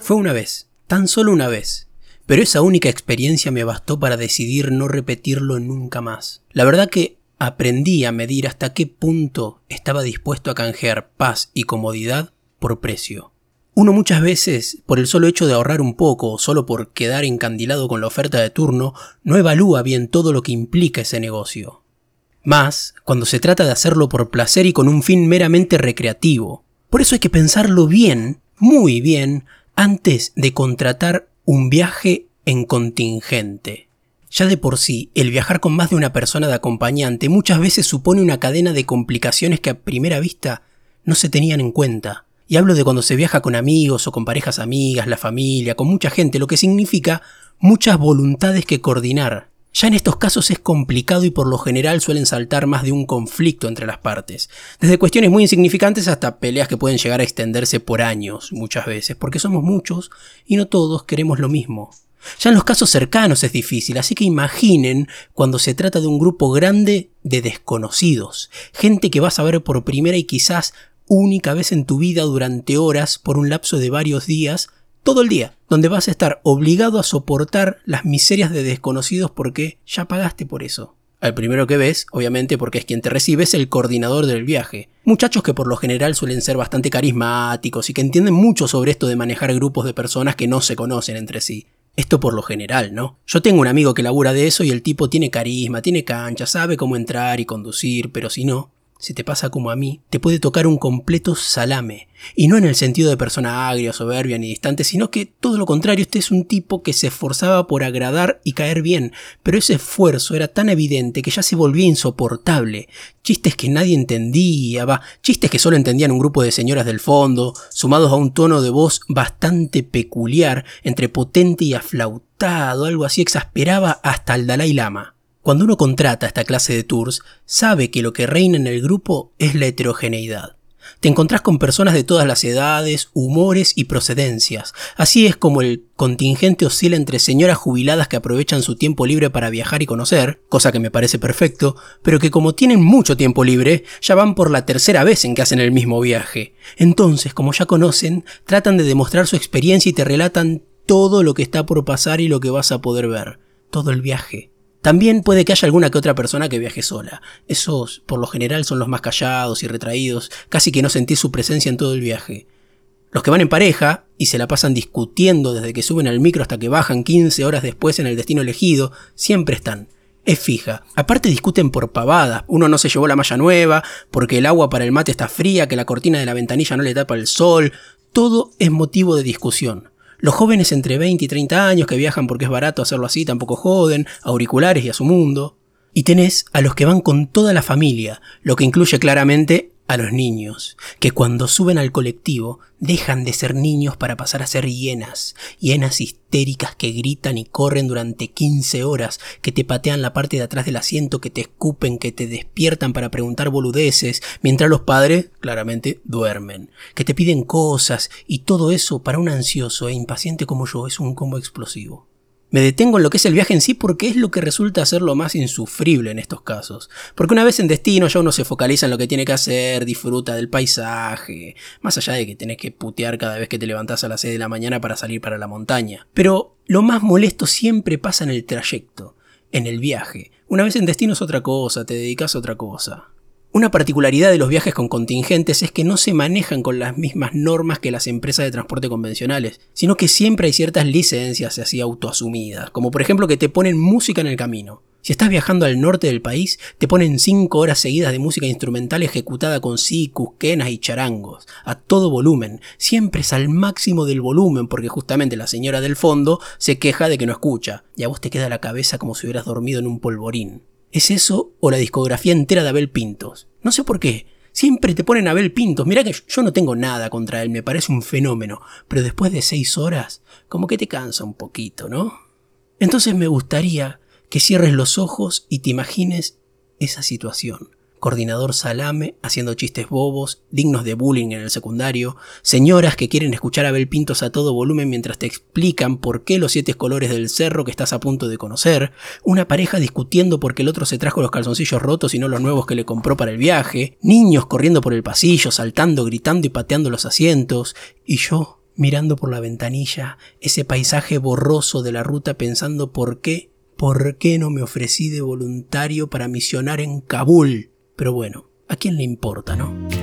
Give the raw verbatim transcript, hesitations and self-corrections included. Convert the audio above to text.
Fue una vez, tan solo una vez, pero esa única experiencia me bastó para decidir no repetirlo nunca más. La verdad que aprendí a medir hasta qué punto estaba dispuesto a canjear paz y comodidad por precio. Uno muchas veces, por el solo hecho de ahorrar un poco o solo por quedar encandilado con la oferta de turno, no evalúa bien todo lo que implica ese negocio. Más cuando se trata de hacerlo por placer y con un fin meramente recreativo. Por eso hay que pensarlo bien, muy bien, antes de contratar un viaje en contingente. Ya de por sí, el viajar con más de una persona de acompañante muchas veces supone una cadena de complicaciones que a primera vista no se tenían en cuenta. Y hablo de cuando se viaja con amigos o con parejas amigas, la familia, con mucha gente, lo que significa muchas voluntades que coordinar. Ya en estos casos es complicado y por lo general suelen saltar más de un conflicto entre las partes. Desde cuestiones muy insignificantes hasta peleas que pueden llegar a extenderse por años muchas veces, porque somos muchos y no todos queremos lo mismo. Ya en los casos cercanos es difícil, así que imaginen cuando se trata de un grupo grande de desconocidos. Gente que vas a ver por primera y quizás única vez en tu vida durante horas por un lapso de varios días, todo el día, donde vas a estar obligado a soportar las miserias de desconocidos porque ya pagaste por eso. Al primero que ves, obviamente porque es quien te recibe, es el coordinador del viaje. Muchachos que por lo general suelen ser bastante carismáticos y que entienden mucho sobre esto de manejar grupos de personas que no se conocen entre sí. Esto por lo general, ¿no? Yo tengo un amigo que labura de eso y el tipo tiene carisma, tiene cancha, sabe cómo entrar y conducir, pero si no, si te pasa como a mí, te puede tocar un completo salame. Y no en el sentido de persona agria, soberbia ni distante, sino que todo lo contrario, este es un tipo que se esforzaba por agradar y caer bien, pero ese esfuerzo era tan evidente que ya se volvía insoportable. Chistes que nadie entendía, va, chistes que solo entendían un grupo de señoras del fondo, sumados a un tono de voz bastante peculiar, entre potente y aflautado, algo así exasperaba hasta al Dalai Lama. Cuando uno contrata esta clase de tours, sabe que lo que reina en el grupo es la heterogeneidad. Te encontrás con personas de todas las edades, humores y procedencias. Así es como el contingente oscila entre señoras jubiladas que aprovechan su tiempo libre para viajar y conocer, cosa que me parece perfecto, pero que como tienen mucho tiempo libre, ya van por la tercera vez en que hacen el mismo viaje. Entonces, como ya conocen, tratan de demostrar su experiencia y te relatan todo lo que está por pasar y lo que vas a poder ver. Todo el viaje. También puede que haya alguna que otra persona que viaje sola. Esos, por lo general, son los más callados y retraídos, casi que no sentís su presencia en todo el viaje. Los que van en pareja y se la pasan discutiendo desde que suben al micro hasta que bajan quince horas después en el destino elegido, siempre están. Es fija. Aparte discuten por pavadas. Uno no se llevó la malla nueva, porque el agua para el mate está fría, que la cortina de la ventanilla no le tapa el sol. Todo es motivo de discusión. Los jóvenes entre veinte y treinta años que viajan porque es barato hacerlo así tampoco joden, auriculares y a su mundo. Y tenés a los que van con toda la familia, lo que incluye claramente a los niños, que cuando suben al colectivo dejan de ser niños para pasar a ser hienas, hienas histéricas que gritan y corren durante quince horas, que te patean la parte de atrás del asiento, que te escupen, que te despiertan para preguntar boludeces, mientras los padres, claramente, duermen, que te piden cosas, y todo eso para un ansioso e impaciente como yo es un combo explosivo. Me detengo en lo que es el viaje en sí porque es lo que resulta ser lo más insufrible en estos casos. Porque una vez en destino ya uno se focaliza en lo que tiene que hacer, disfruta del paisaje, más allá de que tenés que putear cada vez que te levantás a las seis de la mañana para salir para la montaña. Pero lo más molesto siempre pasa en el trayecto, en el viaje. Una vez en destino es otra cosa, te dedicas a otra cosa. Una particularidad de los viajes con contingentes es que no se manejan con las mismas normas que las empresas de transporte convencionales, sino que siempre hay ciertas licencias así autoasumidas, como por ejemplo que te ponen música en el camino. Si estás viajando al norte del país, te ponen cinco horas seguidas de música instrumental ejecutada con sikus, quenas y charangos, a todo volumen. Siempre es al máximo del volumen porque justamente la señora del fondo se queja de que no escucha, y a vos te queda la cabeza como si hubieras dormido en un polvorín. ¿Es eso o la discografía entera de Abel Pintos? No sé por qué. Siempre te ponen a Abel Pintos. Mirá que yo no tengo nada contra él, me parece un fenómeno. Pero después de seis horas, como que te cansa un poquito, ¿no? Entonces me gustaría que cierres los ojos y te imagines esa situación. Coordinador salame, haciendo chistes bobos, dignos de bullying en el secundario, señoras que quieren escuchar a Abel Pintos a todo volumen mientras te explican por qué los siete colores del cerro que estás a punto de conocer, una pareja discutiendo porque el otro se trajo los calzoncillos rotos y no los nuevos que le compró para el viaje, niños corriendo por el pasillo, saltando, gritando y pateando los asientos, y yo mirando por la ventanilla ese paisaje borroso de la ruta pensando por qué, por qué no me ofrecí de voluntario para misionar en Kabul. Pero bueno, ¿a quién le importa, no?